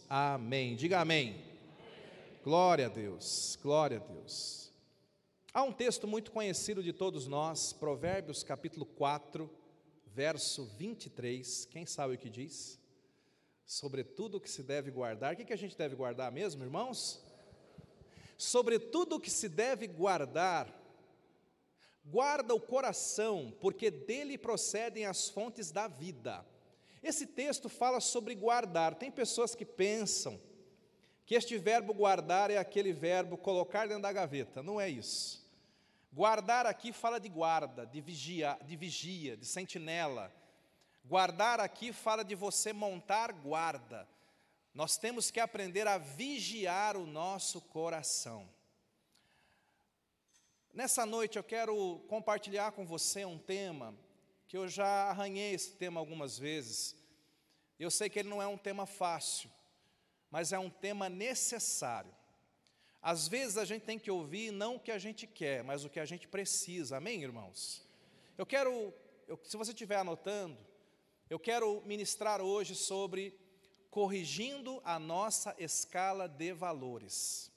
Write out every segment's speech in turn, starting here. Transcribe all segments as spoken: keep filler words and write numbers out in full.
Amém. Diga amém. Amém. Glória a Deus, glória a Deus. Há um texto muito conhecido de todos nós, Provérbios capítulo quatro, verso vinte e três. Quem sabe o que diz? Sobre tudo o que se deve guardar. O que, que a gente deve guardar mesmo, irmãos? Sobre tudo o que se deve guardar, guarda o coração, porque dele procedem as fontes da vida. Esse texto fala sobre guardar. Tem pessoas que pensam que este verbo guardar é aquele verbo colocar dentro da gaveta. Não é isso. Guardar aqui fala de guarda, de vigia, de vigia, de sentinela. Guardar aqui fala de você montar guarda. Nós temos que aprender a vigiar o nosso coração. Nessa noite eu quero compartilhar com você um tema que eu já arranhei esse tema algumas vezes. Eu sei que ele não é um tema fácil, mas é um tema necessário. Às vezes a gente tem que ouvir não o que a gente quer, mas o que a gente precisa. Amém, irmãos? Eu quero, eu, se você estiver anotando, eu quero ministrar hoje sobre corrigindo a nossa escala de valores.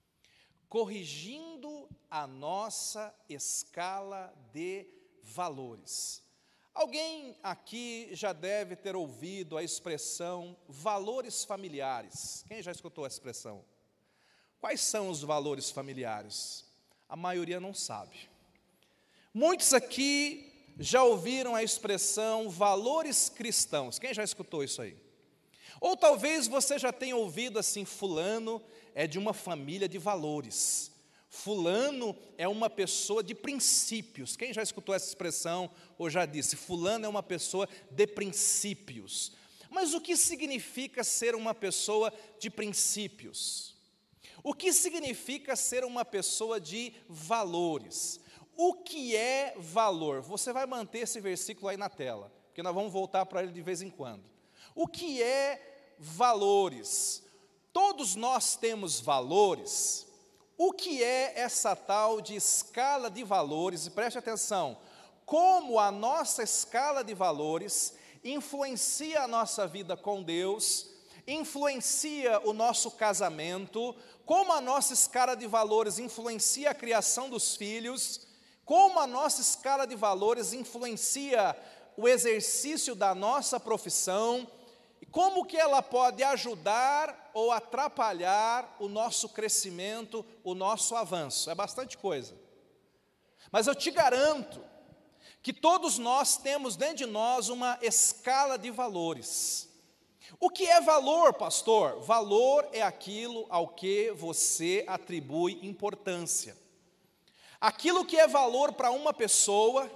Corrigindo a nossa escala de valores. Alguém aqui já deve ter ouvido a expressão valores familiares. Quem já escutou essa expressão? Quais são os valores familiares? A maioria não sabe. Muitos aqui já ouviram a expressão valores cristãos. Quem já escutou isso aí? Ou talvez você já tenha ouvido assim, fulano é de uma família de valores. Fulano é uma pessoa de princípios. Quem já escutou essa expressão ou já disse, fulano é uma pessoa de princípios. Mas o que significa ser uma pessoa de princípios? O que significa ser uma pessoa de valores? O que é valor? Você vai manter esse versículo aí na tela, porque nós vamos voltar para ele de vez em quando. O que é valores? Todos nós temos valores. O que é essa tal de escala de valores? E preste atenção, como a nossa escala de valores influencia a nossa vida com Deus, influencia o nosso casamento, como a nossa escala de valores influencia a criação dos filhos, como a nossa escala de valores influencia o exercício da nossa profissão, como que ela pode ajudar ou atrapalhar o nosso crescimento, o nosso avanço. É bastante coisa. Mas eu te garanto que todos nós temos dentro de nós uma escala de valores. O que é valor, pastor? Valor é aquilo ao que você atribui importância. Aquilo que é valor para uma pessoa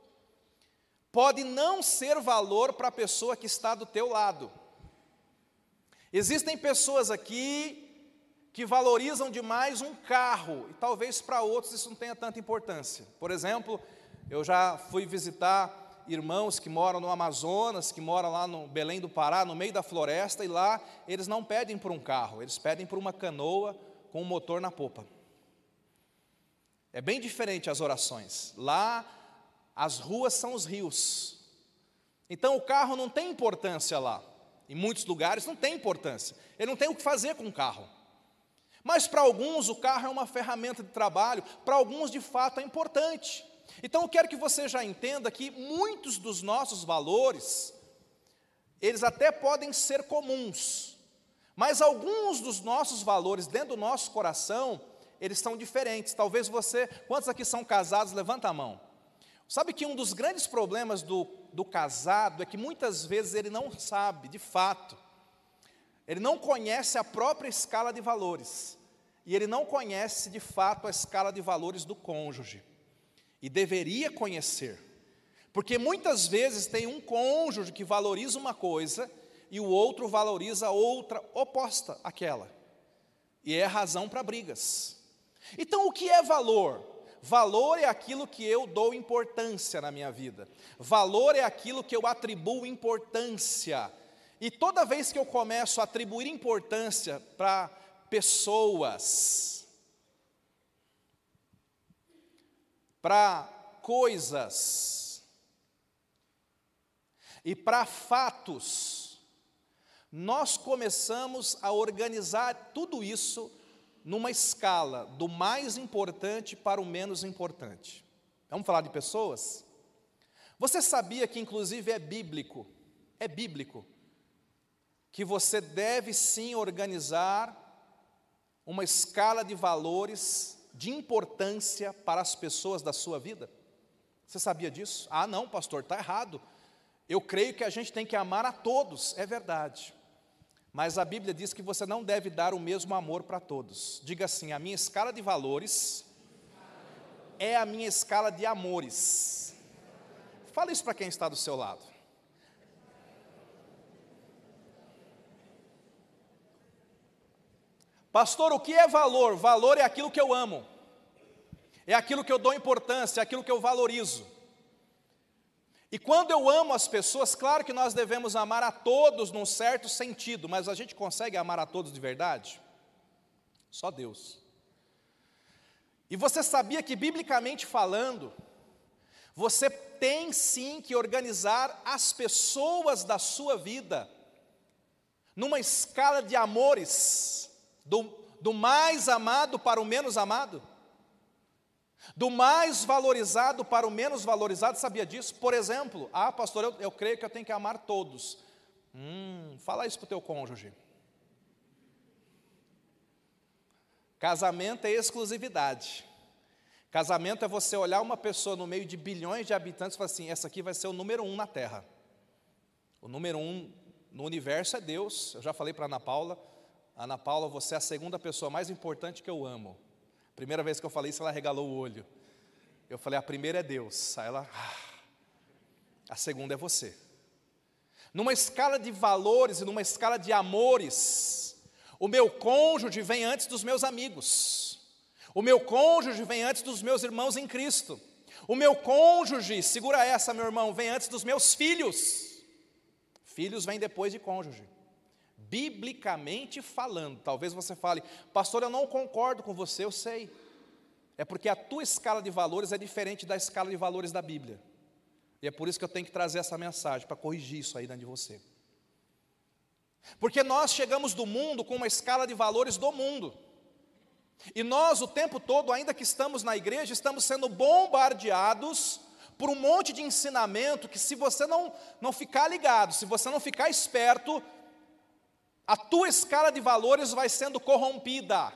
pode não ser valor para a pessoa que está do teu lado. Existem pessoas aqui que valorizam demais um carro, e talvez para outros isso não tenha tanta importância. Por exemplo, eu já fui visitar irmãos que moram no Amazonas, que moram lá no Belém do Pará, no meio da floresta, e lá eles não pedem por um carro, eles pedem por uma canoa com um motor na popa. É bem diferente as orações. Lá, as ruas são os rios. Então, o carro não tem importância lá. Em muitos lugares não tem importância. Ele não tem o que fazer com o carro. Mas para alguns o carro é uma ferramenta de trabalho, para alguns de fato é importante. Então eu quero que você já entenda que muitos dos nossos valores, eles até podem ser comuns, mas alguns dos nossos valores dentro do nosso coração, eles são diferentes. Talvez você, quantos aqui são casados, levanta a mão. Sabe que um dos grandes problemas do, do casado é que muitas vezes ele não sabe, de fato, ele não conhece a própria escala de valores, e ele não conhece de fato a escala de valores do cônjuge, e deveria conhecer, porque muitas vezes tem um cônjuge que valoriza uma coisa, e o outro valoriza outra oposta àquela, e é razão para brigas. Então o que é valor? Valor é aquilo que eu dou importância na minha vida. Valor é aquilo que eu atribuo importância. E toda vez que eu começo a atribuir importância para pessoas, para coisas e para fatos, nós começamos a organizar tudo isso numa escala do mais importante para o menos importante. Vamos falar de pessoas? Você sabia que inclusive é bíblico, é bíblico, que você deve sim organizar uma escala de valores de importância para as pessoas da sua vida? Você sabia disso? Ah, não, pastor, está errado. Eu creio que a gente tem que amar a todos, é verdade. Mas a Bíblia diz que você não deve dar o mesmo amor para todos. Diga assim, a minha escala de valores é a minha escala de amores. Fala isso para quem está do seu lado. Pastor, o que é valor? Valor é aquilo que eu amo. É aquilo que eu dou importância, é aquilo que eu valorizo. E quando eu amo as pessoas, claro que nós devemos amar a todos num certo sentido, mas a gente consegue amar a todos de verdade? Só Deus. E você sabia que, biblicamente falando, você tem sim que organizar as pessoas da sua vida numa escala de amores, do, do mais amado para o menos amado? Do mais valorizado para o menos valorizado, sabia disso? Por exemplo, ah, pastor, eu, eu creio que eu tenho que amar todos. Hum, fala isso para o teu cônjuge. Casamento é exclusividade. Casamento é você olhar uma pessoa no meio de bilhões de habitantes e falar assim, essa aqui vai ser o número um na terra. O número um no universo é Deus. Eu já falei para a Ana Paula, Ana Paula, você é a segunda pessoa mais importante que eu amo. Primeira vez que eu falei isso, ela regalou o olho. Eu falei, a primeira é Deus. Aí ela, ah, a segunda é você. Numa escala de valores e numa escala de amores, o meu cônjuge vem antes dos meus amigos. O meu cônjuge vem antes dos meus irmãos em Cristo. O meu cônjuge, segura essa, meu irmão, vem antes dos meus filhos. Filhos vêm depois de cônjuge. Biblicamente falando, talvez você fale, pastor, eu não concordo com você, eu sei. É porque a tua escala de valores é diferente da escala de valores da Bíblia. E é por isso que eu tenho que trazer essa mensagem, para corrigir isso aí dentro de você. Porque nós chegamos do mundo com uma escala de valores do mundo. E nós, o tempo todo, ainda que estamos na igreja, estamos sendo bombardeados por um monte de ensinamento que, se você não, não ficar ligado, se você não ficar esperto, a tua escala de valores vai sendo corrompida.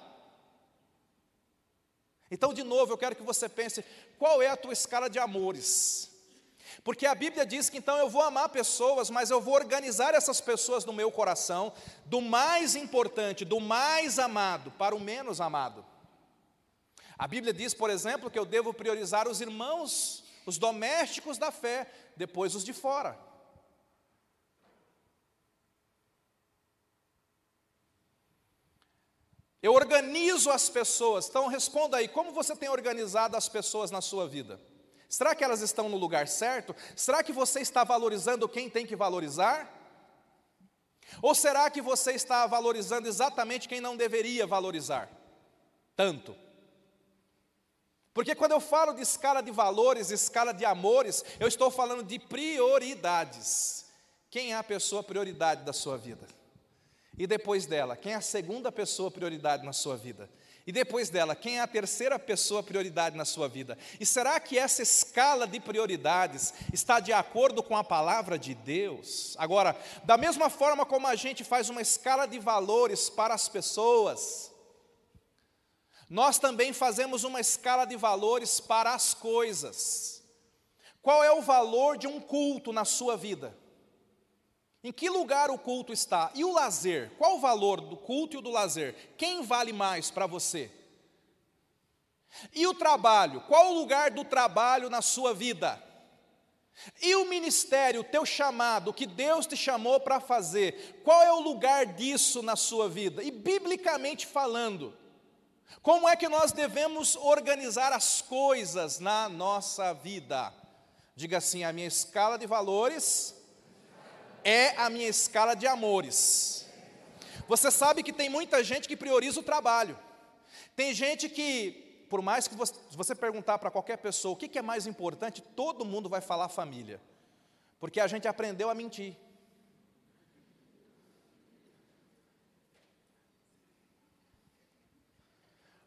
Então, de novo, eu quero que você pense, qual é a tua escala de amores? Porque a Bíblia diz que então eu vou amar pessoas, mas eu vou organizar essas pessoas no meu coração, do mais importante, do mais amado, para o menos amado. A Bíblia diz, por exemplo, que eu devo priorizar os irmãos, os domésticos da fé, depois os de fora. Eu organizo as pessoas. Então responda aí, como você tem organizado as pessoas na sua vida? Será que elas estão no lugar certo? Será que você está valorizando quem tem que valorizar? Ou será que você está valorizando exatamente quem não deveria valorizar tanto? Porque quando eu falo de escala de valores, escala de amores, eu estou falando de prioridades. Quem é a pessoa prioridade da sua vida? E depois dela, quem é a segunda pessoa prioridade na sua vida? E depois dela, quem é a terceira pessoa prioridade na sua vida? E será que essa escala de prioridades está de acordo com a palavra de Deus? Agora, da mesma forma como a gente faz uma escala de valores para as pessoas, nós também fazemos uma escala de valores para as coisas. Qual é o valor de um culto na sua vida? Em que lugar o culto está? E o lazer? Qual o valor do culto e o do lazer? Quem vale mais para você? E o trabalho? Qual o lugar do trabalho na sua vida? E o ministério, o teu chamado, o que Deus te chamou para fazer? Qual é o lugar disso na sua vida? E biblicamente falando, como é que nós devemos organizar as coisas na nossa vida? Diga assim, a minha escala de valores é a minha escala de amores. Você sabe que tem muita gente que prioriza o trabalho. Tem gente que, por mais que você, se você perguntar para qualquer pessoa o que, que é mais importante, todo mundo vai falar família. Porque a gente aprendeu a mentir.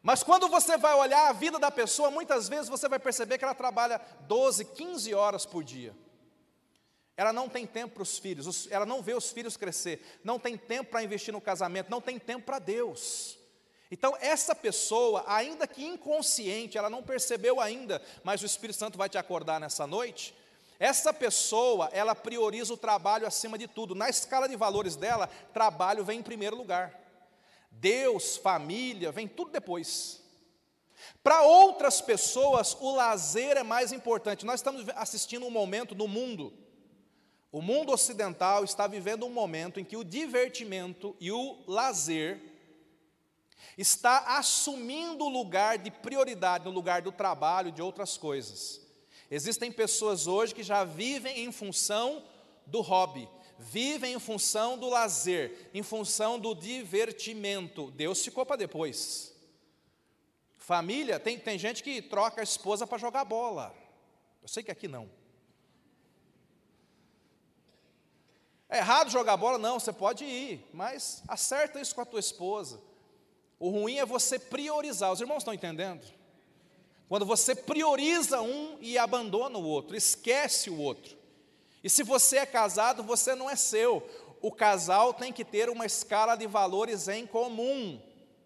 Mas quando você vai olhar a vida da pessoa, muitas vezes você vai perceber que ela trabalha doze, quinze horas por dia. Ela não tem tempo para os filhos, ela não vê os filhos crescer, não tem tempo para investir no casamento, não tem tempo para Deus. Então essa pessoa, ainda que inconsciente, ela não percebeu ainda, mas o Espírito Santo vai te acordar nessa noite. Essa pessoa, ela prioriza o trabalho acima de tudo. Na escala de valores dela, trabalho vem em primeiro lugar. Deus, família, vem tudo depois. Para outras pessoas, o lazer é mais importante. Nós estamos assistindo um momento no mundo. O mundo ocidental está vivendo um momento em que o divertimento e o lazer está assumindo o lugar de prioridade no lugar do trabalho e de outras coisas. Existem pessoas hoje que já vivem em função do hobby, vivem em função do lazer, em função do divertimento. Deus ficou para depois. Família, tem, tem gente que troca a esposa para jogar bola. Eu sei que aqui não. É errado jogar bola? Não, você pode ir, mas acerta isso com a tua esposa. O ruim é você priorizar. Os irmãos estão entendendo? Quando você prioriza um e abandona o outro, esquece o outro. E se você é casado, você não é seu. O casal tem que ter uma escala de valores em comum.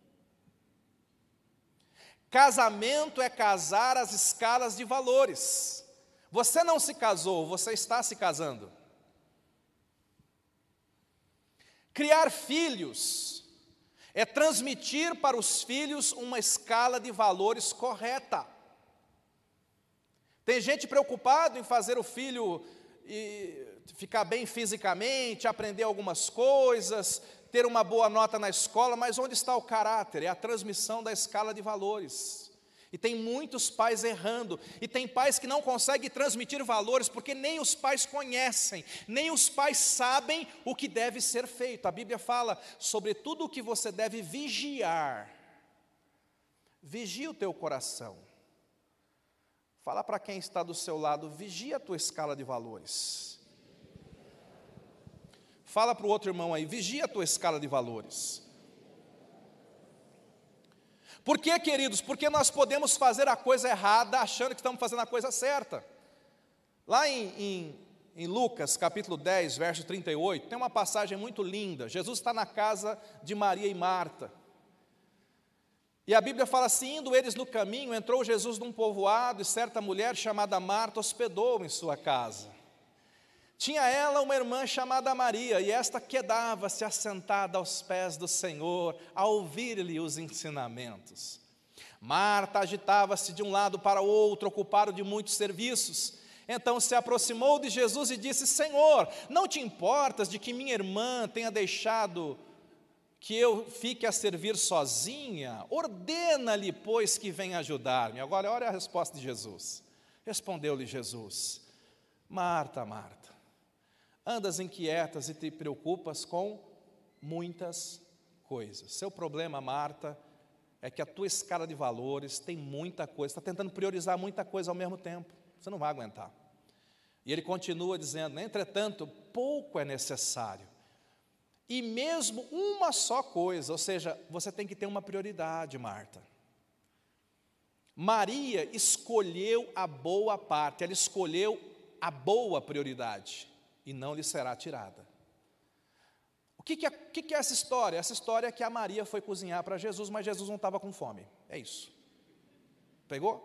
Casamento é casar as escalas de valores. Você não se casou, você está se casando. Criar filhos é transmitir para os filhos uma escala de valores correta. Tem gente preocupada em fazer o filho e ficar bem fisicamente, aprender algumas coisas, ter uma boa nota na escola, mas onde está o caráter? É a transmissão da escala de valores. E tem muitos pais errando, e tem pais que não conseguem transmitir valores, porque nem os pais conhecem, nem os pais sabem o que deve ser feito. A Bíblia fala sobre tudo o que você deve vigiar. Vigia o teu coração. Fala para quem está do seu lado, vigia a tua escala de valores. Fala para o outro irmão aí, vigia a tua escala de valores. Por quê, queridos? Porque nós podemos fazer a coisa errada achando que estamos fazendo a coisa certa. Lá em, em, em Lucas, capítulo dez, verso trinta e oito, tem uma passagem muito linda. Jesus está na casa de Maria e Marta. E a Bíblia fala assim, indo eles no caminho, entrou Jesus num povoado, e certa mulher chamada Marta hospedou em sua casa. Tinha ela uma irmã chamada Maria, e esta quedava-se assentada aos pés do Senhor, a ouvir-lhe os ensinamentos. Marta agitava-se de um lado para o outro, ocupada de muitos serviços. Então se aproximou de Jesus e disse, Senhor, não te importas de que minha irmã tenha deixado que eu fique a servir sozinha? Ordena-lhe, pois, que venha ajudar-me. Agora, olha a resposta de Jesus. Respondeu-lhe Jesus, Marta, Marta, andas inquietas e te preocupas com muitas coisas. Seu problema, Marta, é que a tua escala de valores tem muita coisa, está tentando priorizar muita coisa ao mesmo tempo. Você não vai aguentar. E ele continua dizendo, entretanto, pouco é necessário. E mesmo uma só coisa, ou seja, você tem que ter uma prioridade, Marta. Maria escolheu a boa parte, ela escolheu a boa prioridade, e não lhe será tirada. O que, que, é, que, que é essa história? Essa história é que a Maria foi cozinhar para Jesus, mas Jesus não estava com fome. É isso. Pegou?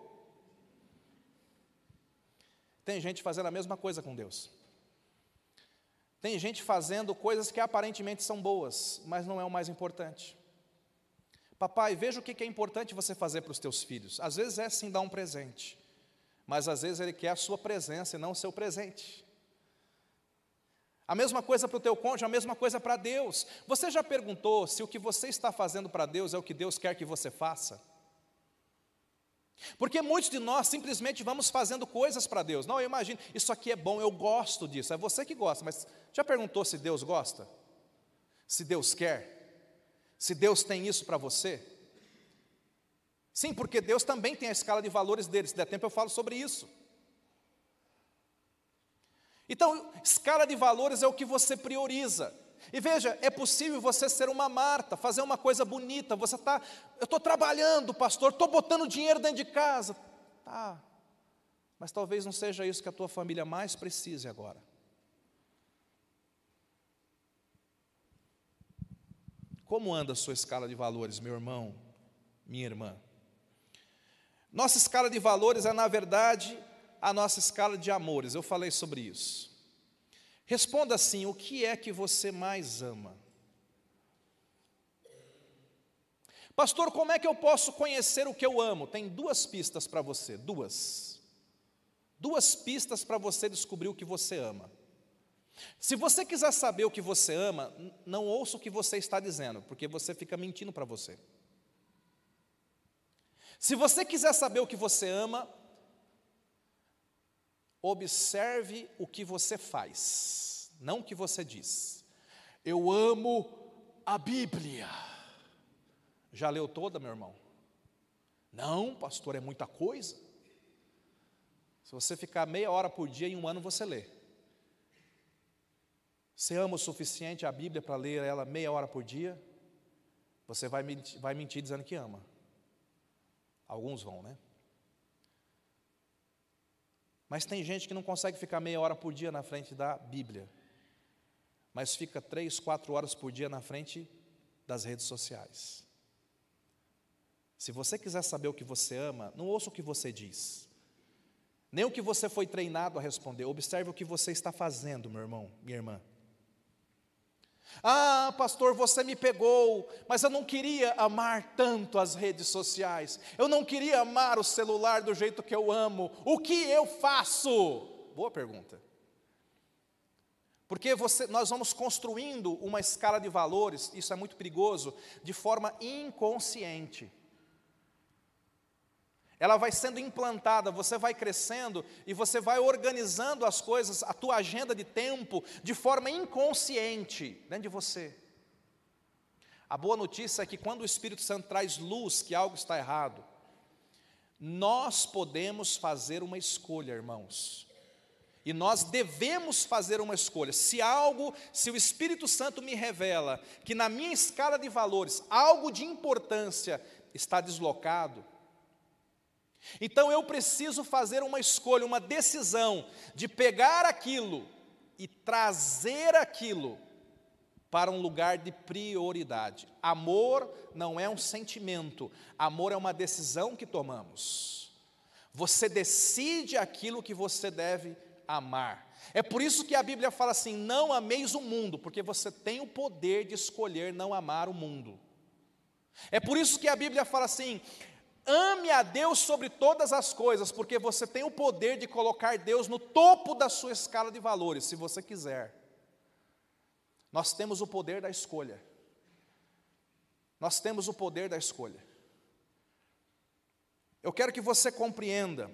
Tem gente fazendo a mesma coisa com Deus. Tem gente fazendo coisas que aparentemente são boas, mas não é o mais importante. Papai, veja o que é importante você fazer para os teus filhos. Às vezes é sim dar um presente, mas às vezes ele quer a sua presença e não o seu presente. A mesma coisa para o teu cônjuge, a mesma coisa para Deus. Você já perguntou se o que você está fazendo para Deus é o que Deus quer que você faça? Porque muitos de nós simplesmente vamos fazendo coisas para Deus. Não, eu imagino, isso aqui é bom, eu gosto disso. É você que gosta, mas já perguntou se Deus gosta? Se Deus quer? Se Deus tem isso para você? Sim, porque Deus também tem a escala de valores dele. Se der tempo eu falo sobre isso. Então, escala de valores é o que você prioriza. E veja, é possível você ser uma Marta, fazer uma coisa bonita. Você está, eu estou trabalhando, pastor, estou botando dinheiro dentro de casa. Tá, mas talvez não seja isso que a tua família mais precise agora. Como anda a sua escala de valores, meu irmão, minha irmã? Nossa escala de valores é, na verdade, a nossa escala de amores. Eu falei sobre isso. Responda assim: o que é que você mais ama? Pastor, como é que eu posso conhecer o que eu amo? Tem duas pistas para você, duas. Duas pistas para você descobrir o que você ama. Se você quiser saber o que você ama, não ouça o que você está dizendo, porque você fica mentindo para você. Se você quiser saber o que você ama, observe o que você faz, não o que você diz. Eu amo a Bíblia. Já leu toda, meu irmão? Não, pastor, é muita coisa. Se você ficar meia hora por dia, em um ano você lê. Você ama o suficiente a Bíblia para ler ela meia hora por dia? Você vai mentir, vai mentir dizendo que ama. Alguns vão, né? Mas tem gente que não consegue ficar meia hora por dia na frente da Bíblia, mas fica três, quatro horas por dia na frente das redes sociais. Se você quiser saber o que você ama, não ouça o que você diz, nem o que você foi treinado a responder. Observe o que você está fazendo, meu irmão, minha irmã. Ah, pastor, você me pegou, mas eu não queria amar tanto as redes sociais, eu não queria amar o celular do jeito que eu amo. O que eu faço? Boa pergunta. Porque você, nós vamos construindo uma escala de valores, isso é muito perigoso, de forma inconsciente. Ela vai sendo implantada, você vai crescendo e você vai organizando as coisas, a tua agenda de tempo, de forma inconsciente dentro de você. A boa notícia é que quando o Espírito Santo traz luz que algo está errado, nós podemos fazer uma escolha, irmãos. E nós devemos fazer uma escolha. Se algo, se o Espírito Santo me revela que na minha escala de valores, algo de importância está deslocado, então eu preciso fazer uma escolha, uma decisão de pegar aquilo e trazer aquilo para um lugar de prioridade. Amor não é um sentimento, amor é uma decisão que tomamos. Você decide aquilo que você deve amar. É por isso que a Bíblia fala assim: não ameis o mundo, porque você tem o poder de escolher não amar o mundo. É por isso que a Bíblia fala assim: ame a Deus sobre todas as coisas, porque você tem o poder de colocar Deus no topo da sua escala de valores, se você quiser. Nós temos o poder da escolha. Nós temos o poder da escolha. Eu quero que você compreenda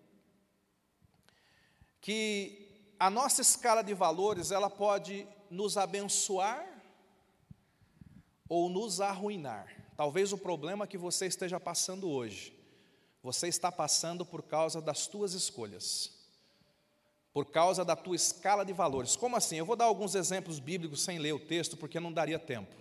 que a nossa escala de valores, ela pode nos abençoar ou nos arruinar. Talvez o problema que você esteja passando hoje, você está passando por causa das tuas escolhas, por causa da tua escala de valores. Como assim? Eu vou dar alguns exemplos bíblicos sem ler o texto, porque não daria tempo.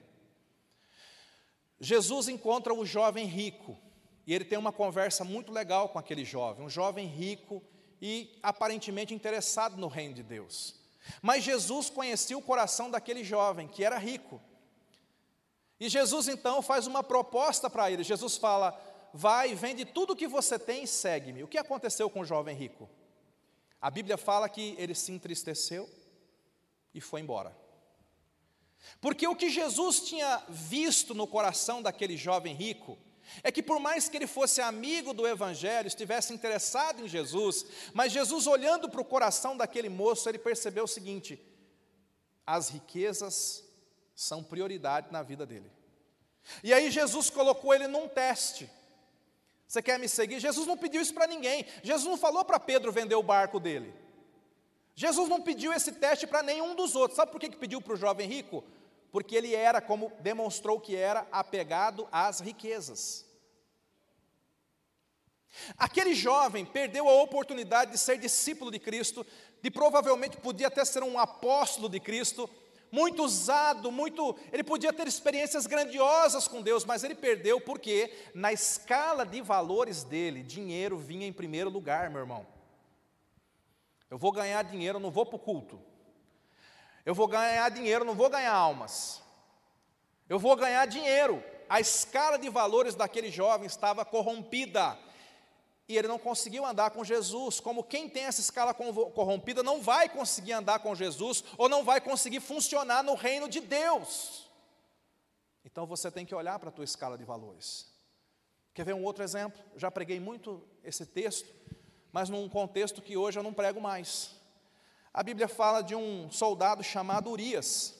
Jesus encontra o jovem rico, e ele tem uma conversa muito legal com aquele jovem, um jovem rico e aparentemente interessado no reino de Deus. Mas Jesus conhecia o coração daquele jovem, que era rico. E Jesus então faz uma proposta para ele. Jesus fala: vai, vende tudo o que você tem e segue-me. O que aconteceu com o jovem rico? A Bíblia fala que ele se entristeceu e foi embora. Porque o que Jesus tinha visto no coração daquele jovem rico é que, por mais que ele fosse amigo do Evangelho, estivesse interessado em Jesus, mas Jesus, olhando para o coração daquele moço, ele percebeu o seguinte: as riquezas são prioridade na vida dele. E aí Jesus colocou ele num teste. Você quer me seguir? Jesus não pediu isso para ninguém. Jesus não falou para Pedro vender o barco dele. Jesus não pediu esse teste para nenhum dos outros. Sabe por que que pediu para o jovem rico? Porque ele era, como demonstrou que era, apegado às riquezas. Aquele jovem perdeu a oportunidade de ser discípulo de Cristo, de provavelmente podia até ser um apóstolo de Cristo, muito usado, muito, ele podia ter experiências grandiosas com Deus, mas ele perdeu porque na escala de valores dele, dinheiro vinha em primeiro lugar, meu irmão. Eu vou ganhar dinheiro, eu não vou para o culto. Eu vou ganhar dinheiro, eu não vou ganhar almas. Eu vou ganhar dinheiro. A escala de valores daquele jovem estava corrompida. E ele não conseguiu andar com Jesus. Como quem tem essa escala corrompida não vai conseguir andar com Jesus, ou não vai conseguir funcionar no reino de Deus. Então você tem que olhar para a tua escala de valores. Quer ver um outro exemplo? Eu já preguei muito esse texto, mas num contexto que hoje eu não prego mais. A Bíblia fala de um soldado chamado Urias.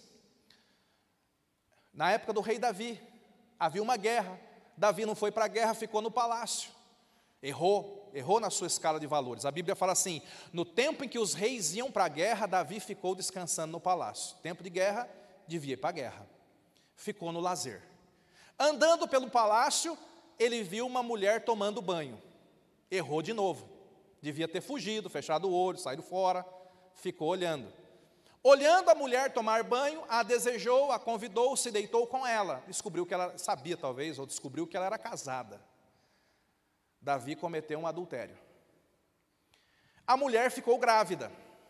Na época do rei Davi, havia uma guerra. Davi não foi para a guerra, ficou no palácio. Errou, errou na sua escala de valores. A Bíblia fala assim, no tempo em que os reis iam para a guerra, Davi ficou descansando no palácio. Tempo de guerra, devia ir para a guerra. Ficou no lazer. Andando pelo palácio, ele viu uma mulher tomando banho. Errou de novo. Devia ter fugido, fechado o olho, saído fora. Ficou olhando. Olhando a mulher tomar banho, a desejou, a convidou, se deitou com ela. Descobriu que ela, sabia talvez, ou descobriu que ela era casada. Davi cometeu um adultério. A mulher ficou grávida.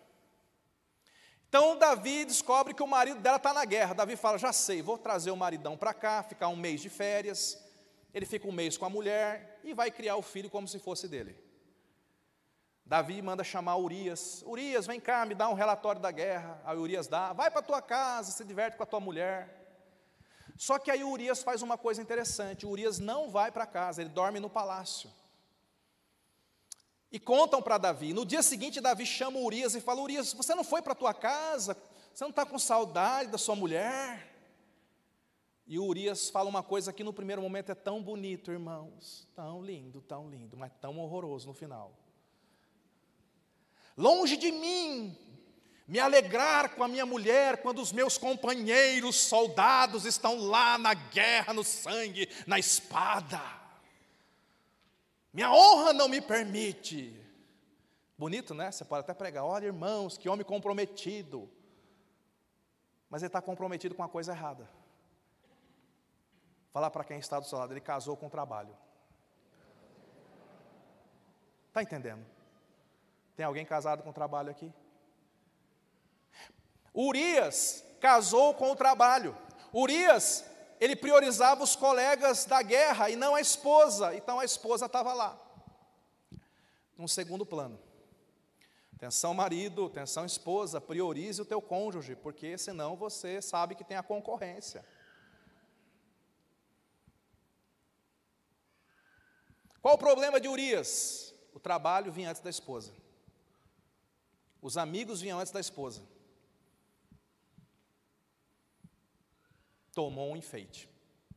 Então Davi descobre que o marido dela está na guerra. Davi fala, já sei, vou trazer o maridão para cá, ficar um mês de férias. Ele fica um mês com a mulher e vai criar o filho como se fosse dele. Davi manda chamar Urias. Urias, vem cá, me dá um relatório da guerra. Aí Urias dá, vai para a tua casa, se diverte com a tua mulher. Só que aí Urias faz uma coisa interessante. Urias não vai para casa, ele dorme no palácio. E contam para Davi. No dia seguinte, Davi chama Urias e fala, Urias, você não foi para a tua casa? Você não está com saudade da sua mulher? E Urias fala uma coisa que no primeiro momento é tão bonito, irmãos. Tão lindo, tão lindo, mas tão horroroso no final. Longe de mim, me alegrar com a minha mulher, quando os meus companheiros soldados estão lá na guerra, no sangue, na espada. Minha honra não me permite. Bonito, né? Você pode até pregar, olha irmãos, que homem comprometido. Mas ele está comprometido com a coisa errada. Falar para quem está do seu lado, ele casou com o trabalho. Está entendendo? Tem alguém casado com trabalho aqui? Urias casou com o trabalho. Urias, ele priorizava os colegas da guerra e não a esposa. Então a esposa estava lá. Num segundo plano. Atenção marido, atenção esposa, priorize o teu cônjuge, porque senão você sabe que tem a concorrência. Qual o problema de Urias? O trabalho vinha antes da esposa. Os amigos vinham antes da esposa. Tomou um enfeite.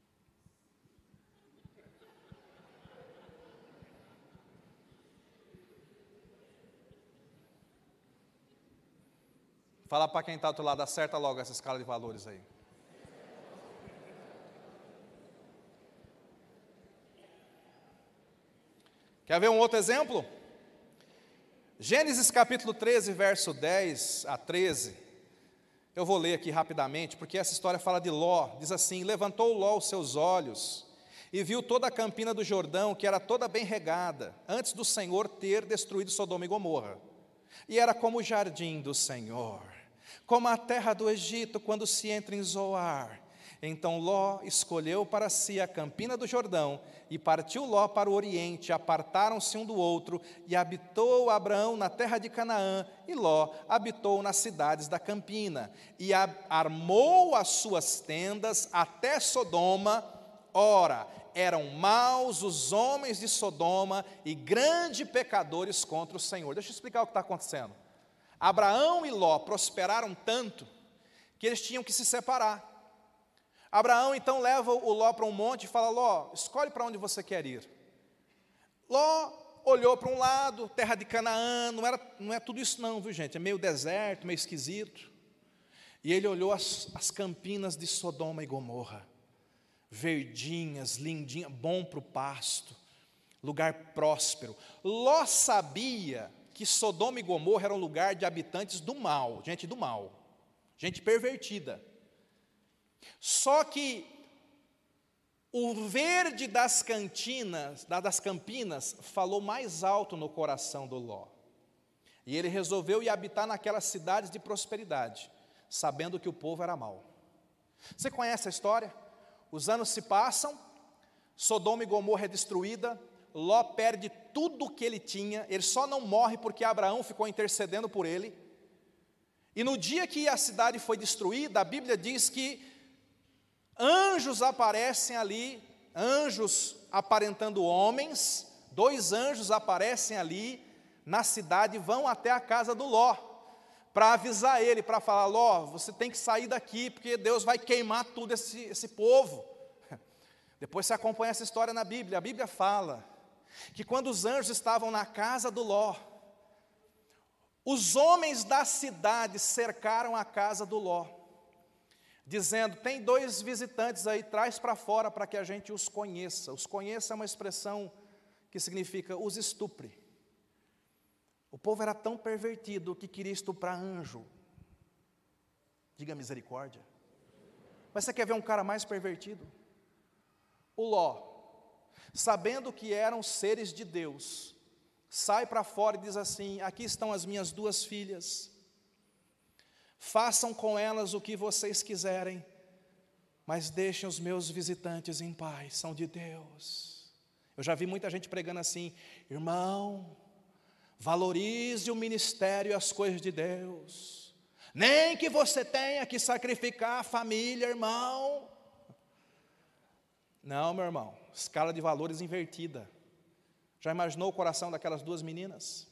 Fala para quem está do outro lado, acerta logo essa escala de valores aí. Quer ver um outro exemplo? Gênesis capítulo treze, verso dez a treze. Eu vou ler aqui rapidamente, porque essa história fala de Ló. Diz assim, levantou Ló os seus olhos e viu toda a campina do Jordão, que era toda bem regada, antes do Senhor ter destruído Sodoma e Gomorra. E era como o jardim do Senhor, como a terra do Egito, quando se entra em Zoar. Então Ló escolheu para si a campina do Jordão, e partiu Ló para o oriente, apartaram-se um do outro, e habitou Abraão na terra de Canaã, e Ló habitou nas cidades da campina, e armou as suas tendas até Sodoma. Ora, eram maus os homens de Sodoma, e grandes pecadores contra o Senhor. Deixa eu explicar o que está acontecendo. Abraão e Ló prosperaram tanto, que eles tinham que se separar. Abraão então leva o Ló para um monte e fala, Ló, escolhe para onde você quer ir. Ló olhou para um lado, terra de Canaã, não, era, não é tudo isso não, viu gente, é meio deserto, meio esquisito. E ele olhou as, as campinas de Sodoma e Gomorra, verdinhas, lindinhas, bom para o pasto, lugar próspero. Ló sabia que Sodoma e Gomorra era um lugar de habitantes do mal, gente do mal. gente pervertida. Só que o verde das cantinas, das campinas, falou mais alto no coração do Ló. E ele resolveu ir habitar naquelas cidades de prosperidade, sabendo que o povo era mau. Você conhece a história? Os anos se passam, Sodoma e Gomorra é destruída, Ló perde tudo o que ele tinha, ele só não morre porque Abraão ficou intercedendo por ele. E no dia que a cidade foi destruída, a Bíblia diz que anjos aparecem ali, anjos aparentando homens, dois anjos aparecem ali na cidade, vão até a casa do Ló, para avisar ele, para falar: Ló, você tem que sair daqui, porque Deus vai queimar tudo esse, esse povo. Depois você acompanha essa história na Bíblia, a Bíblia fala que quando os anjos estavam na casa do Ló, os homens da cidade cercaram a casa do Ló, dizendo: tem dois visitantes aí, traz para fora para que a gente os conheça. Os conheça é uma expressão que significa os estupre. O povo era tão pervertido que queria estuprar anjo. Diga misericórdia. Mas você quer ver um cara mais pervertido? O Ló, sabendo que eram seres de Deus, sai para fora e diz assim: aqui estão as minhas duas filhas, façam com elas o que vocês quiserem, mas deixem os meus visitantes em paz, são de Deus. Eu já vi muita gente pregando assim: irmão, valorize o ministério e as coisas de Deus, nem que você tenha que sacrificar a família, irmão. Não, meu irmão, escala de valores invertida. Já imaginou o coração daquelas duas meninas?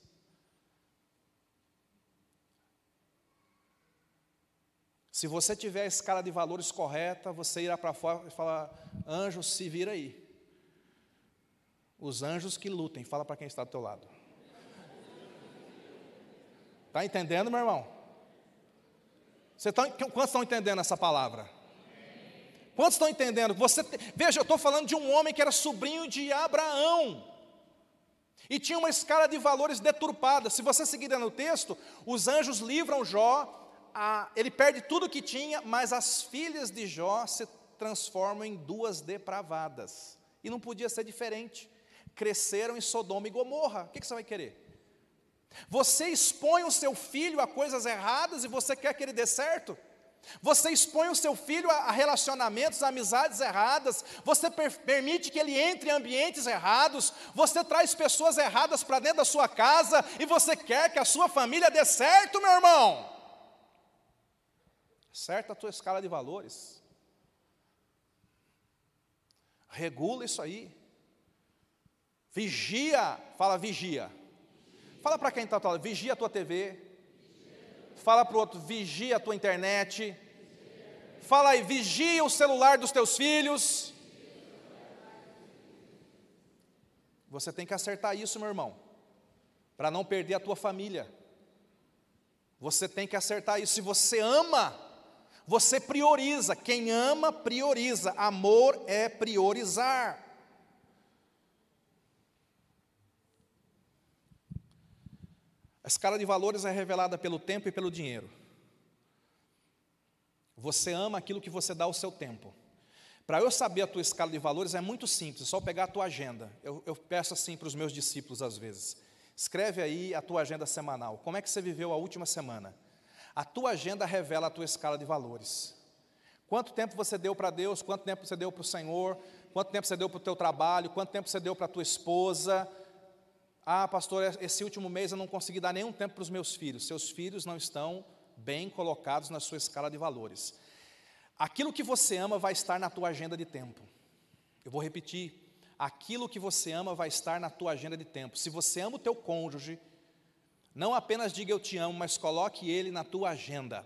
Se você tiver a escala de valores correta, você irá para fora e falar: anjos, se vira aí. Os anjos que lutem, fala para quem está do teu lado. Está entendendo, meu irmão? Você tá, quantos estão entendendo essa palavra? Quantos estão entendendo? Você, veja, eu estou falando de um homem que era sobrinho de Abraão, e tinha uma escala de valores deturpada. Se você seguir no texto, os anjos livram Jó, a, ele perde tudo que tinha, mas as filhas de Jó se transformam em duas depravadas, e não podia ser diferente, cresceram em Sodoma e Gomorra. O que, que você vai querer? Você expõe o seu filho a coisas erradas e você quer que ele dê certo? Você expõe o seu filho a relacionamentos, a amizades erradas, você per permite que ele entre em ambientes errados, você traz pessoas erradas para dentro da sua casa e você quer que a sua família dê certo, meu irmão? Acerta a tua escala de valores. Regula isso aí. Vigia, fala vigia. Fala para quem está falando, vigia a tua T V. Fala para o outro, vigia a tua internet. Fala aí, vigia o celular dos teus filhos. Você tem que acertar isso, meu irmão, para não perder a tua família. Você tem que acertar isso. Se você ama, você prioriza. Quem ama, prioriza. Amor é priorizar. A escala de valores é revelada pelo tempo e pelo dinheiro. Você ama aquilo que você dá o seu tempo. Para eu saber a tua escala de valores é muito simples, é só pegar a tua agenda. Eu, eu peço assim para os meus discípulos às vezes: escreve aí a tua agenda semanal. Como é que você viveu a última semana? A tua agenda revela a tua escala de valores. Quanto tempo você deu para Deus, quanto tempo você deu para o Senhor, quanto tempo você deu para o teu trabalho, quanto tempo você deu para a tua esposa. Ah, pastor, esse último mês eu não consegui dar nenhum tempo para os meus filhos. Seus filhos não estão bem colocados na sua escala de valores. Aquilo que você ama vai estar na tua agenda de tempo. Eu vou repetir. Aquilo que você ama vai estar na tua agenda de tempo. Se você ama o teu cônjuge, não apenas diga eu te amo, mas coloque ele na tua agenda.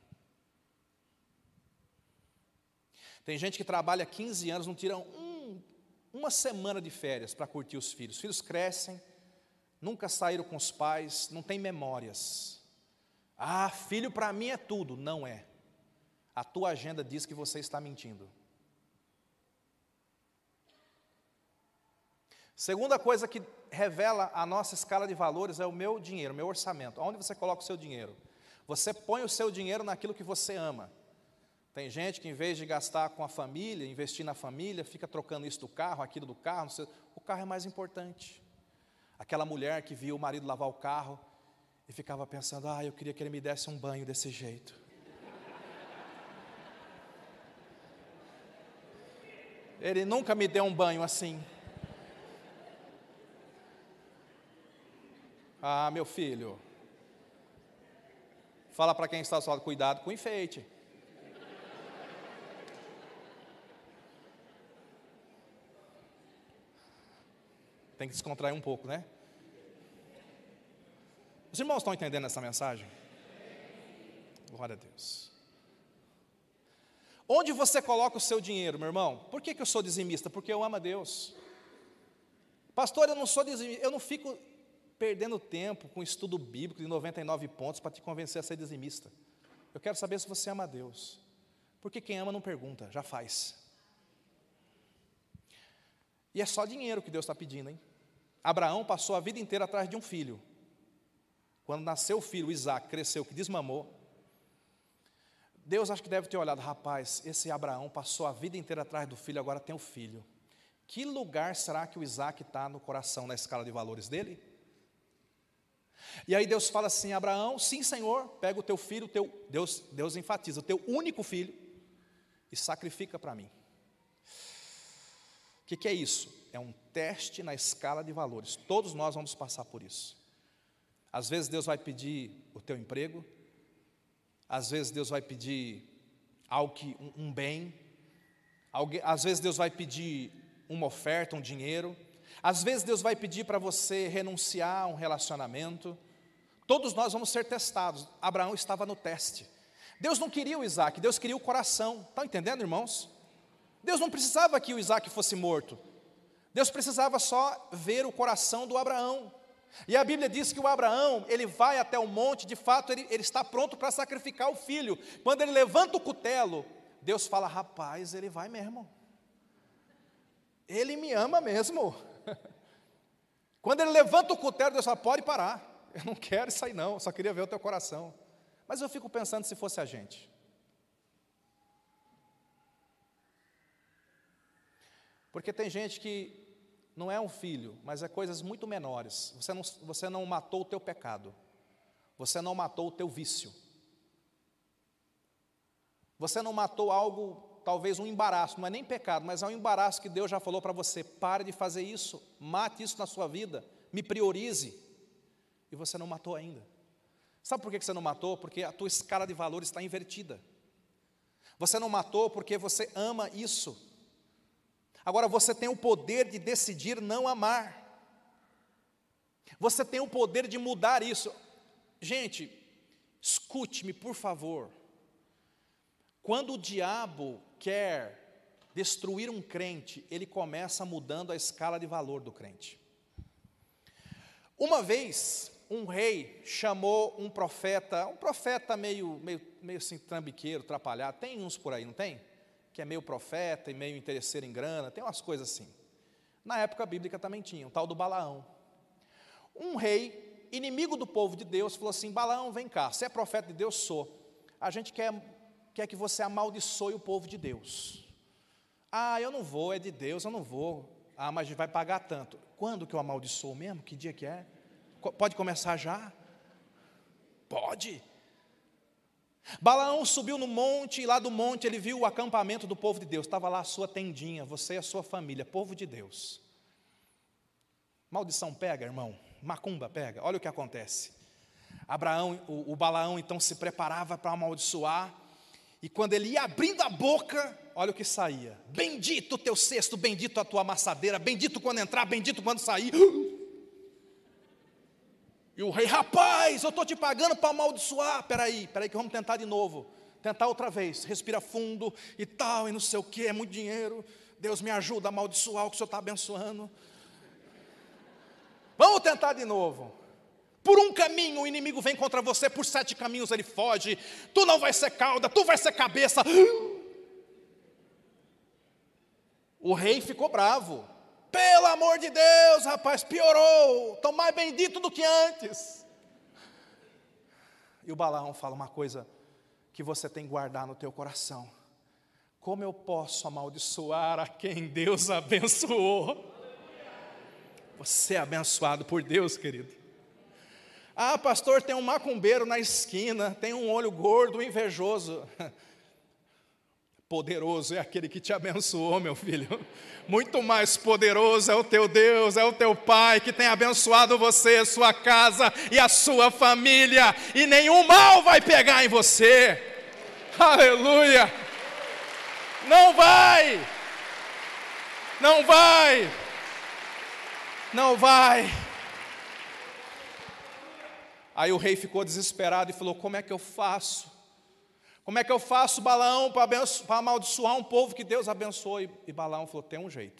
Tem gente que trabalha quinze anos, não tira um, uma semana de férias para curtir os filhos. Os filhos crescem, nunca saíram com os pais, não tem memórias. Ah, filho para mim é tudo. Não é. A tua agenda diz que você está mentindo. Segunda coisa que revela a nossa escala de valores é o meu dinheiro, o meu orçamento. Onde você coloca o seu dinheiro? Você põe o seu dinheiro naquilo que você ama. Tem gente que, em vez de gastar com a família, investir na família, fica trocando isso do carro, aquilo do carro. Não sei, o carro é mais importante. Aquela mulher que viu o marido lavar o carro e ficava pensando, ah, eu queria que ele me desse um banho desse jeito. Ele nunca me deu um banho assim. Ah, meu filho, fala para quem está ao seu lado, cuidado com o enfeite. Tem que descontrair um pouco, né? Os irmãos estão entendendo essa mensagem? Glória a Deus. Onde você coloca o seu dinheiro, meu irmão? Por que que eu sou dizimista? Porque eu amo a Deus. Pastor, eu não sou dizimista, eu não fico perdendo tempo com estudo bíblico de noventa e nove pontos para te convencer a ser dizimista. Eu quero saber se você ama a Deus. Porque quem ama não pergunta, já faz. E é só dinheiro que Deus está pedindo, hein? Abraão passou a vida inteira atrás de um filho. Quando nasceu o filho, Isaac, cresceu, que desmamou. Deus acho que deve ter olhado, rapaz, esse Abraão passou a vida inteira atrás do filho, agora tem o filho. Que lugar será que o Isaac está no coração, na escala de valores dele? E aí Deus fala assim, Abraão, sim Senhor, pega o teu filho, o teu, Deus, Deus enfatiza, o teu único filho, e sacrifica para mim. O que, que é isso? É um teste na escala de valores. Todos nós vamos passar por isso. Às vezes Deus vai pedir o teu emprego, às vezes Deus vai pedir algo que, um, um bem, alguém, às vezes Deus vai pedir uma oferta, um dinheiro, às vezes Deus vai pedir para você renunciar a um relacionamento. Todos nós vamos ser testados. Abraão estava no teste. Deus não queria o Isaac, Deus queria o coração. Estão entendendo, irmãos? Deus não precisava que o Isaac fosse morto. Deus precisava só ver o coração do Abraão. E a Bíblia diz que o Abraão, ele vai até o monte, de fato ele, ele está pronto para sacrificar o filho. Quando ele levanta o cutelo, Deus fala, rapaz, ele vai mesmo. Ele me ama mesmo. Quando ele levanta o cutelo, Deus fala, pode parar. Eu não quero isso aí não, eu só queria ver o teu coração. Mas eu fico pensando se fosse a gente. Porque tem gente que não é um filho, mas é coisas muito menores. Você não, você não matou o teu pecado. Você não matou o teu vício. Você não matou algo, talvez um embaraço, não é nem pecado, mas é um embaraço que Deus já falou para você, pare de fazer isso, mate isso na sua vida, me priorize. E você não matou ainda. Sabe por que você não matou? Porque a tua escala de valores está invertida. Você não matou porque você ama isso. Agora você tem o poder de decidir não amar. Você tem o poder de mudar isso. Gente, escute-me por favor. Quando o diabo quer destruir um crente, ele começa mudando a escala de valor do crente. Uma vez, um rei chamou um profeta, um profeta meio, meio, meio assim, trambiqueiro, trapalhado, tem uns por aí, não tem? Que é meio profeta e meio interesseiro em grana, tem umas coisas assim. Na época bíblica também tinha, um tal do Balaão. Um rei, inimigo do povo de Deus, falou assim, Balaão, vem cá, você é profeta de Deus? Sou. A gente quer, quer que você amaldiçoe o povo de Deus. Ah, eu não vou, é de Deus, eu não vou. Ah, mas a gente vai pagar tanto. Quando que eu amaldiçoo mesmo? Que dia que é? Pode começar já? Pode. Balaão subiu no monte, e lá do monte ele viu o acampamento do povo de Deus. Estava lá a sua tendinha, você e a sua família, povo de Deus. Maldição pega, irmão, macumba pega. Olha o que acontece. Abraão, o, o Balaão então se preparava para amaldiçoar, e quando ele ia abrindo a boca, olha o que saía. Bendito o teu cesto, bendito a tua amassadeira, bendito quando entrar, bendito quando sair. E o rei, rapaz, eu estou te pagando para amaldiçoar. Peraí, peraí que vamos tentar de novo. Tentar outra vez, respira fundo e tal, e não sei o que, é muito dinheiro. Deus me ajuda a amaldiçoar o que o Senhor está abençoando. Vamos tentar de novo. Por um caminho o inimigo vem contra você, por sete caminhos ele foge. Tu não vai ser cauda, tu vai ser cabeça. O rei ficou bravo. Pelo amor de Deus, rapaz, piorou. Estou mais bendito do que antes. E o Balaão fala uma coisa que você tem que guardar no teu coração: como eu posso amaldiçoar a quem Deus abençoou? Você é abençoado por Deus, querido. Ah, pastor, tem um macumbeiro na esquina, tem um olho gordo, invejoso. Poderoso é aquele que te abençoou, meu filho. Muito mais poderoso é o teu Deus, é o teu Pai, que tem abençoado você, sua casa e a sua família, e nenhum mal vai pegar em você. Aleluia! Não vai! Não vai! Não vai! Aí o rei ficou desesperado e falou: como é que eu faço? Como é que eu faço, Balaão, para amaldiçoar um povo que Deus abençoou? E, e Balaão falou: tem um jeito.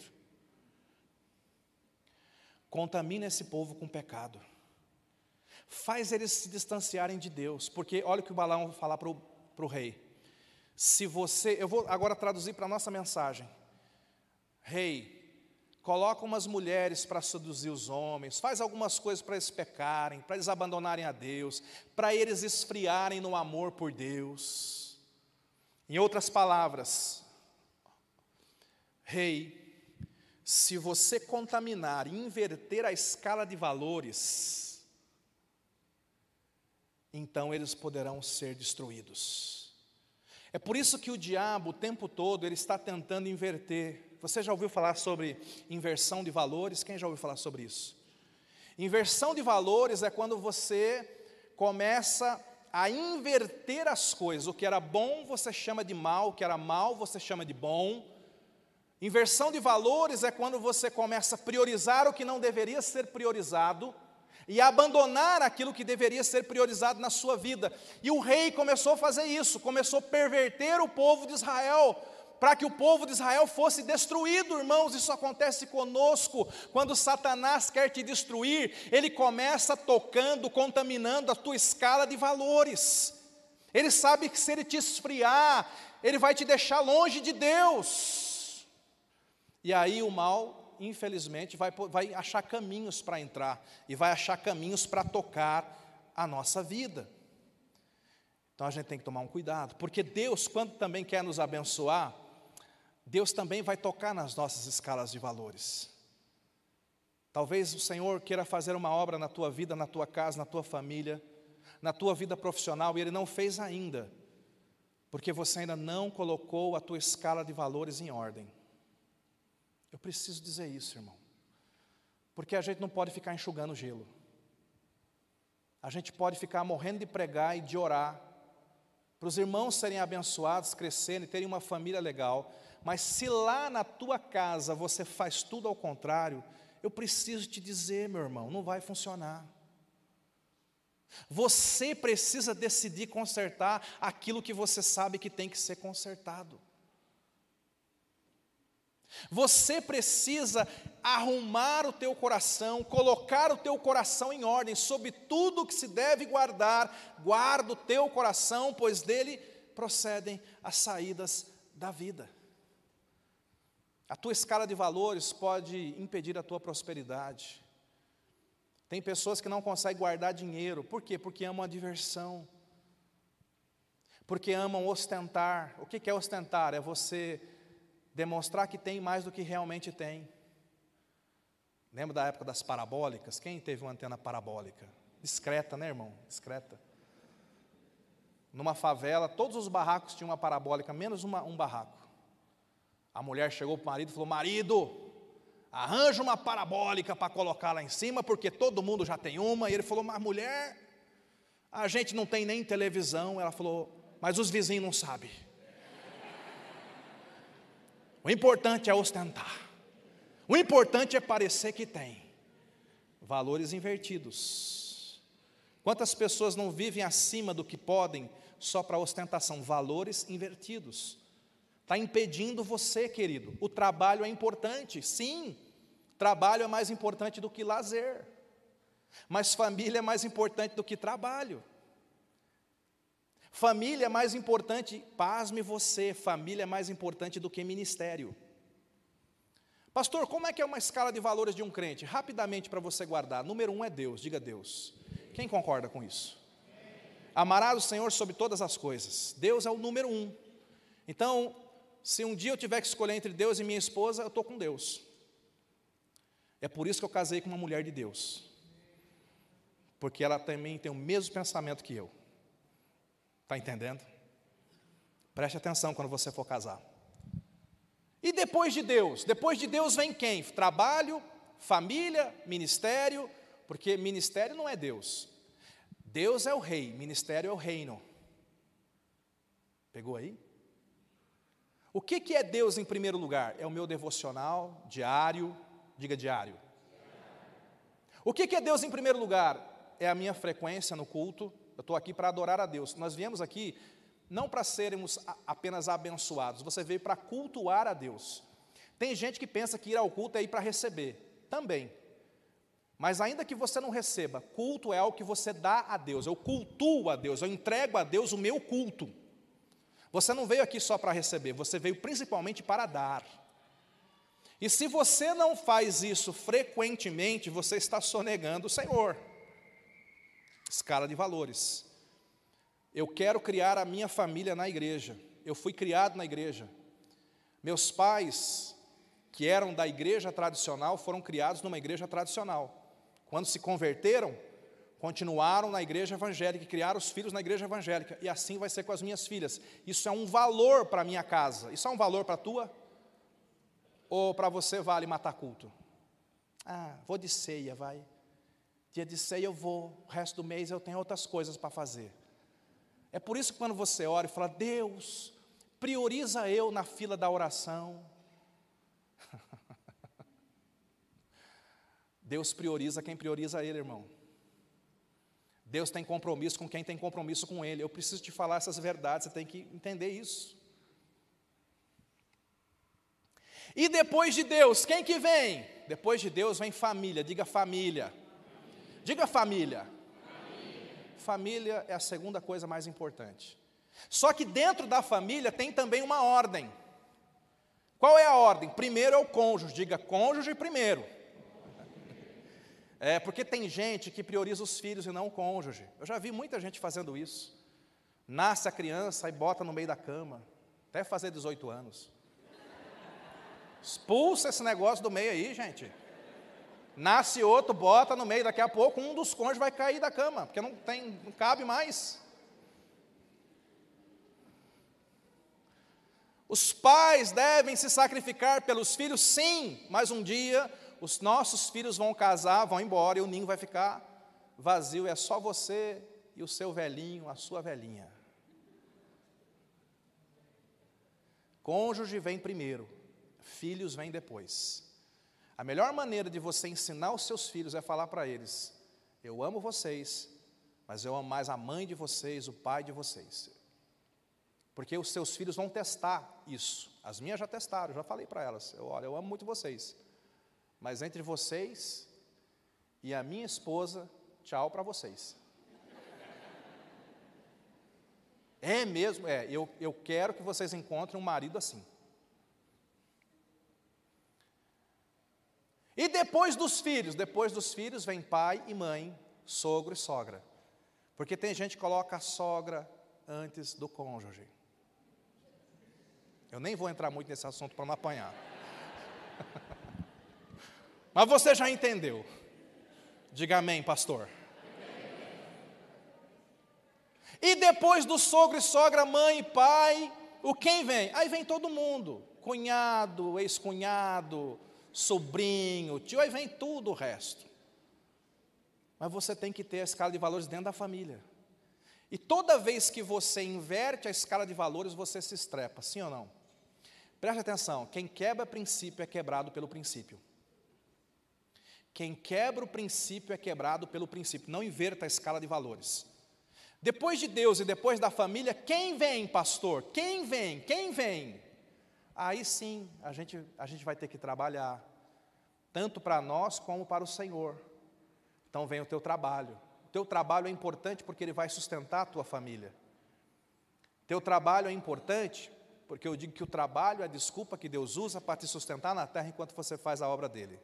Contamina esse povo com pecado. Faz eles se distanciarem de Deus. Porque olha o que o Balaão vai falar para o rei. Se você, eu vou agora traduzir para a nossa mensagem. Rei, coloca umas mulheres para seduzir os homens, faz algumas coisas para eles pecarem, para eles abandonarem a Deus, para eles esfriarem no amor por Deus. Em outras palavras, rei, se você contaminar e inverter a escala de valores, então eles poderão ser destruídos. É por isso que o diabo o tempo todo ele está tentando inverter. Você já ouviu falar sobre inversão de valores? Quem já ouviu falar sobre isso? Inversão de valores é quando você começa a inverter as coisas. O que era bom você chama de mal, o que era mal você chama de bom. Inversão de valores é quando você começa a priorizar o que não deveria ser priorizado e abandonar aquilo que deveria ser priorizado na sua vida. E o rei começou a fazer isso, começou a perverter o povo de Israel, para que o povo de Israel fosse destruído, irmãos. Isso acontece conosco, quando Satanás quer te destruir, ele começa tocando, contaminando a tua escala de valores. Ele sabe que se ele te esfriar, ele vai te deixar longe de Deus. E aí o mal, infelizmente, vai, vai achar caminhos para entrar, e vai achar caminhos para tocar a nossa vida. Então a gente tem que tomar um cuidado, porque Deus, quando também quer nos abençoar, Deus também vai tocar nas nossas escalas de valores. Talvez o Senhor queira fazer uma obra na tua vida, na tua casa, na tua família, na tua vida profissional, e Ele não fez ainda, porque você ainda não colocou a tua escala de valores em ordem. Eu preciso dizer isso, irmão, porque a gente não pode ficar enxugando gelo. A gente pode ficar morrendo de pregar e de orar, para os irmãos serem abençoados, crescerem, terem uma família legal. Mas se lá na tua casa você faz tudo ao contrário, eu preciso te dizer, meu irmão, não vai funcionar. Você precisa decidir consertar aquilo que você sabe que tem que ser consertado. Você precisa arrumar o teu coração, colocar o teu coração em ordem, sobre tudo que se deve guardar, guarda o teu coração, pois dele procedem as saídas da vida. A tua escala de valores pode impedir a tua prosperidade. Tem pessoas que não conseguem guardar dinheiro. Por quê? Porque amam a diversão. Porque amam ostentar. O que é ostentar? É você demonstrar que tem mais do que realmente tem. Lembra da época das parabólicas? Quem teve uma antena parabólica? Discreta, né, irmão? Discreta. Numa favela, todos os barracos tinham uma parabólica, menos uma, um barraco. A mulher chegou para o marido e falou: marido, arranja uma parabólica para colocar lá em cima, porque todo mundo já tem uma. E ele falou: mas mulher, a gente não tem nem televisão. Ela falou: mas os vizinhos não sabem. O importante é ostentar. O importante é parecer que tem. Valores invertidos. Quantas pessoas não vivem acima do que podem só para ostentação? Valores invertidos. Está impedindo você, querido. O trabalho é importante, sim. Trabalho é mais importante do que lazer. Mas família é mais importante do que trabalho. Família é mais importante, pasme você, família é mais importante do que ministério. Pastor, como é que é uma escala de valores de um crente? Rapidamente para você guardar. Número um é Deus, diga Deus. Quem concorda com isso? Amarás o Senhor sobre todas as coisas. Deus é o número um. Então, se um dia eu tiver que escolher entre Deus e minha esposa, eu estou com Deus. É por isso que eu casei com uma mulher de Deus. Porque ela também tem o mesmo pensamento que eu. Está entendendo? Preste atenção quando você for casar. E depois de Deus? Depois de Deus vem quem? Trabalho, família, ministério, porque ministério não é Deus. Deus é o rei, ministério é o reino. Pegou aí? O que, que é Deus em primeiro lugar? É o meu devocional diário, diga diário. O que, que é Deus em primeiro lugar? É a minha frequência no culto. Eu estou aqui para adorar a Deus. Nós viemos aqui não para sermos apenas abençoados, você veio para cultuar a Deus. Tem gente que pensa que ir ao culto é ir para receber, também. Mas ainda que você não receba, culto é algo que você dá a Deus. Eu cultuo a Deus, eu entrego a Deus o meu culto. Você não veio aqui só para receber, você veio principalmente para dar. E se você não faz isso frequentemente, você está sonegando o Senhor. Escala de valores. Eu quero criar a minha família na igreja. Eu fui criado na igreja. Meus pais, que eram da igreja tradicional, foram criados numa igreja tradicional. Quando se converteram, continuaram na igreja evangélica e criaram os filhos na igreja evangélica. E assim vai ser com as minhas filhas. Isso é um valor para a minha casa. Isso é um valor para a tua? Ou para você vale matar culto? Ah, vou de ceia, vai. Dia de ceia eu vou, o resto do mês eu tenho outras coisas para fazer. É por isso que quando você ora e fala, Deus, prioriza eu na fila da oração. Deus prioriza quem prioriza Ele, irmão. Deus tem compromisso com quem tem compromisso com Ele. Eu preciso te falar essas verdades, você tem que entender isso. E depois de Deus, quem que vem? Depois de Deus vem família, diga família. Diga família. Família é a segunda coisa mais importante. Só que dentro da família tem também uma ordem. Qual é a ordem? Primeiro é o cônjuge, diga cônjuge primeiro. É, porque tem gente que prioriza os filhos e não o cônjuge. Eu já vi muita gente fazendo isso. Nasce a criança e bota no meio da cama, até fazer dezoito anos. Expulsa esse negócio do meio aí, gente. Nasce outro, bota no meio, daqui a pouco um dos cônjuges vai cair da cama, porque não, tem, não cabe mais. Os pais devem se sacrificar pelos filhos, sim, mas um dia os nossos filhos vão casar, vão embora e o ninho vai ficar vazio, é só você e o seu velhinho, a sua velhinha. Cônjuge vem primeiro, filhos vêm depois. A melhor maneira de você ensinar os seus filhos é falar para eles, eu amo vocês, mas eu amo mais a mãe de vocês, o pai de vocês. Porque os seus filhos vão testar isso. As minhas já testaram, já falei para elas, eu, olha, eu amo muito vocês, mas entre vocês e a minha esposa, tchau para vocês. É mesmo, é, eu, eu quero que vocês encontrem um marido assim. E depois dos filhos? Depois dos filhos vem pai e mãe, sogro e sogra. Porque tem gente que coloca a sogra antes do cônjuge. Eu nem vou entrar muito nesse assunto para não apanhar. Mas você já entendeu. Diga amém, pastor. E depois do sogro e sogra, mãe e pai, o quem vem? Aí vem todo mundo. Cunhado, ex-cunhado, sobrinho, tio, aí vem tudo o resto. Mas você tem que ter a escala de valores dentro da família. E toda vez que você inverte a escala de valores, você se estrepa, sim ou não? Preste atenção, quem quebra princípio é quebrado pelo princípio. Quem quebra o princípio é quebrado pelo princípio. Não inverta a escala de valores. Depois de Deus e depois da família, quem vem, pastor? Quem vem? Quem vem? Aí sim, a gente, a gente vai ter que trabalhar, tanto para nós como para o Senhor. Então vem o teu trabalho. O teu trabalho é importante porque ele vai sustentar a tua família. Teu trabalho é importante porque eu digo que o trabalho é a desculpa que Deus usa para te sustentar na terra enquanto você faz a obra dele.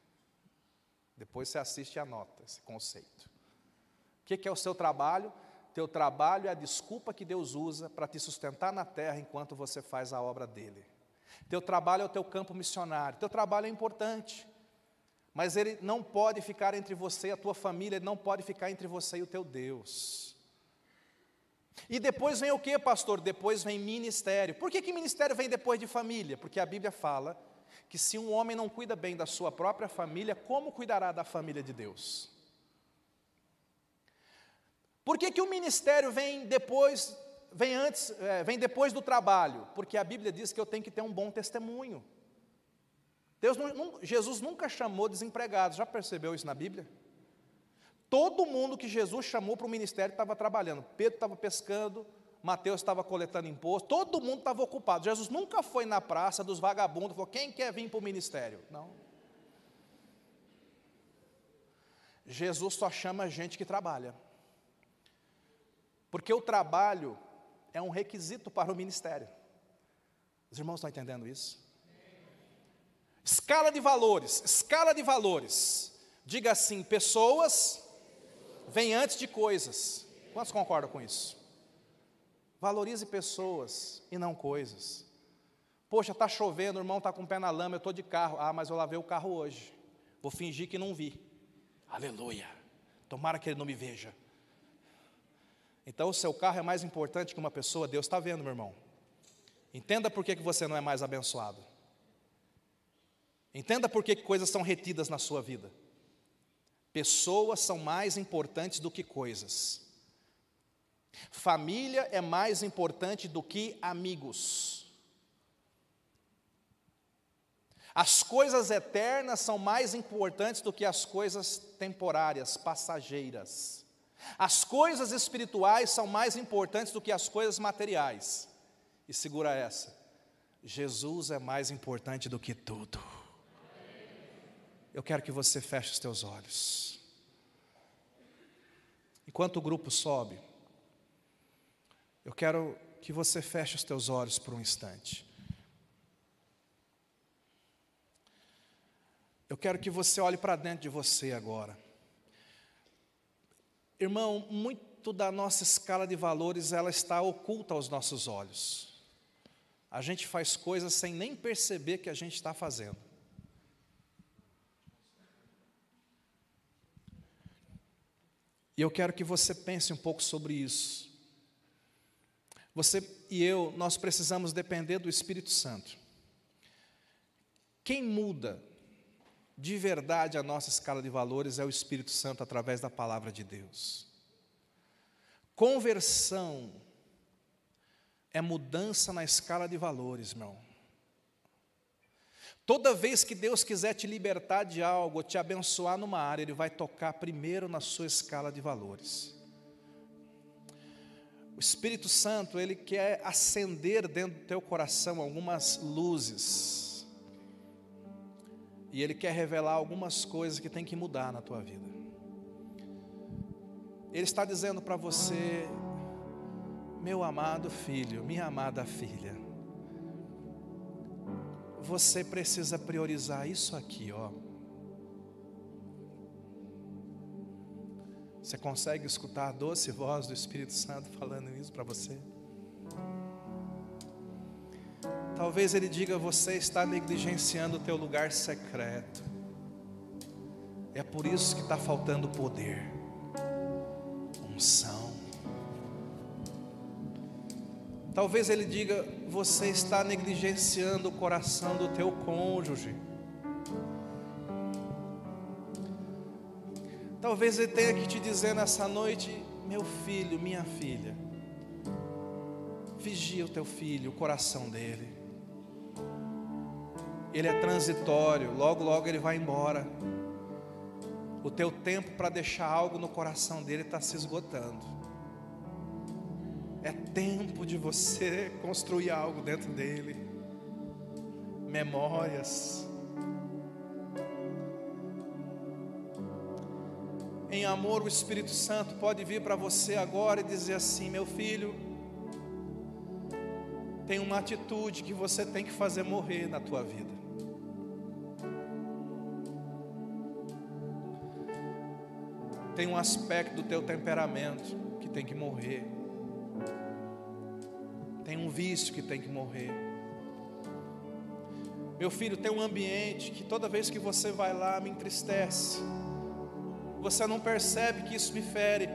Depois você assiste e anota esse conceito. O que é o seu trabalho? teu trabalho é a desculpa que Deus usa para te sustentar na terra enquanto você faz a obra dele. Teu trabalho é o teu campo missionário, teu trabalho é importante, mas ele não pode ficar entre você e a tua família, ele não pode ficar entre você e o teu Deus. E depois vem o que, pastor? Depois vem ministério. Por que que ministério vem depois de família? Porque a Bíblia fala que se um homem não cuida bem da sua própria família, como cuidará da família de Deus? Por que que o ministério vem depois, vem antes, é, vem depois do trabalho? Porque a Bíblia diz que eu tenho que ter um bom testemunho. Deus não, não, Jesus nunca chamou desempregados, já percebeu isso na Bíblia? Todo mundo que Jesus chamou para o ministério estava trabalhando. Pedro estava pescando, Mateus estava coletando imposto, todo mundo estava ocupado. Jesus nunca foi na praça dos vagabundos e falou, quem quer vir para o ministério? Não. Jesus só chama gente que trabalha. Porque o trabalho é um requisito para o ministério. Os irmãos estão entendendo isso? Escala de valores, escala de valores. Diga assim, pessoas vêm antes de coisas. Quantos concordam com isso? Valorize pessoas e não coisas. Poxa, está chovendo, o irmão está com o pé na lama, eu estou de carro. Ah, mas eu lavei o carro hoje. Vou fingir que não vi. Aleluia. Tomara que ele não me veja. Então o seu carro é mais importante que uma pessoa, Deus está vendo, meu irmão. Entenda por que que você não é mais abençoado. Entenda por que que coisas são retidas na sua vida. Pessoas são mais importantes do que coisas. Família é mais importante do que amigos. As coisas eternas são mais importantes do que as coisas temporárias, passageiras. As coisas espirituais são mais importantes do que as coisas materiais. E segura essa, Jesus é mais importante do que tudo. Eu quero que você feche os teus olhos. Enquanto o grupo sobe, eu quero que você feche os teus olhos por um instante. Eu quero que você olhe para dentro de você agora. Irmão, muito da nossa escala de valores, ela está oculta aos nossos olhos. A gente faz coisas sem nem perceber que a gente está fazendo. E eu quero que você pense um pouco sobre isso. Você e eu, nós precisamos depender do Espírito Santo. Quem muda de verdade a nossa escala de valores é o Espírito Santo através da palavra de Deus. Conversão é mudança na escala de valores, irmão. Toda vez que Deus quiser te libertar de algo, ou te abençoar numa área, Ele vai tocar primeiro na sua escala de valores. O Espírito Santo, Ele quer acender dentro do teu coração algumas luzes. E Ele quer revelar algumas coisas que tem que mudar na tua vida. Ele está dizendo para você, meu amado filho, minha amada filha, você precisa priorizar isso aqui, ó. Você consegue escutar a doce voz do Espírito Santo falando isso para você? Talvez Ele diga, você está negligenciando o teu lugar secreto. É por isso que está faltando poder, unção. Talvez Ele diga, você está negligenciando o coração do teu cônjuge. Talvez Ele tenha que te dizer nessa noite, meu filho, minha filha, vigia o teu filho, o coração dele. Ele é transitório, logo logo ele vai embora. O teu tempo para deixar algo no coração dele está se esgotando. É tempo de você construir algo dentro dele. Memórias. Em amor, o Espírito Santo pode vir para você agora e dizer assim, meu filho, tem uma atitude que você tem que fazer morrer na tua vida. Tem um aspecto do teu temperamento que tem que morrer. Tem um vício que tem que morrer. Meu filho, tem um ambiente que toda vez que você vai lá me entristece. Você não percebe que isso me fere.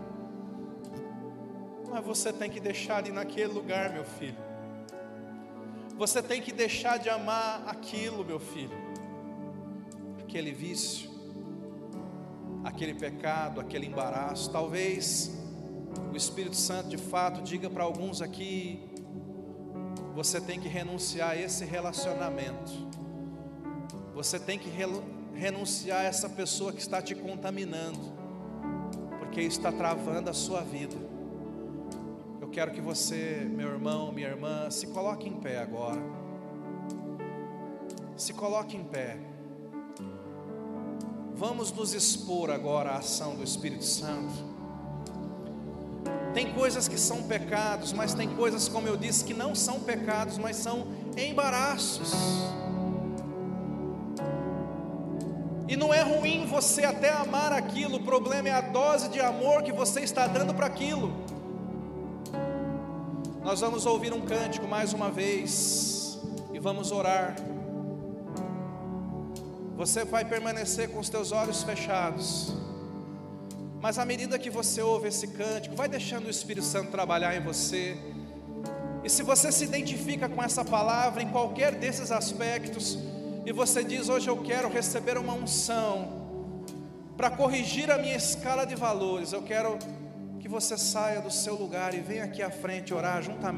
Mas você tem que deixar de ir naquele lugar, meu filho. Você tem que deixar de amar aquilo, meu filho. Aquele vício, aquele pecado, aquele embaraço. Talvez o Espírito Santo de fato diga para alguns aqui: você tem que renunciar a esse relacionamento. Você tem que re renunciar a essa pessoa que está te contaminando, porque isso está travando a sua vida. Eu quero que você, meu irmão, minha irmã, se coloque em pé agora. Se coloque em pé. Vamos nos expor agora à ação do Espírito Santo. Tem coisas que são pecados, mas tem coisas, como eu disse, que não são pecados, mas são embaraços. E não é ruim você até amar aquilo, o problema é a dose de amor que você está dando para aquilo. Nós vamos ouvir um cântico mais uma vez e vamos orar. Você vai permanecer com os teus olhos fechados, mas à medida que você ouve esse cântico, vai deixando o Espírito Santo trabalhar em você. E se você se identifica com essa palavra em qualquer desses aspectos, e você diz: hoje eu quero receber uma unção para corrigir a minha escala de valores, eu quero que você saia do seu lugar e venha aqui à frente orar juntamente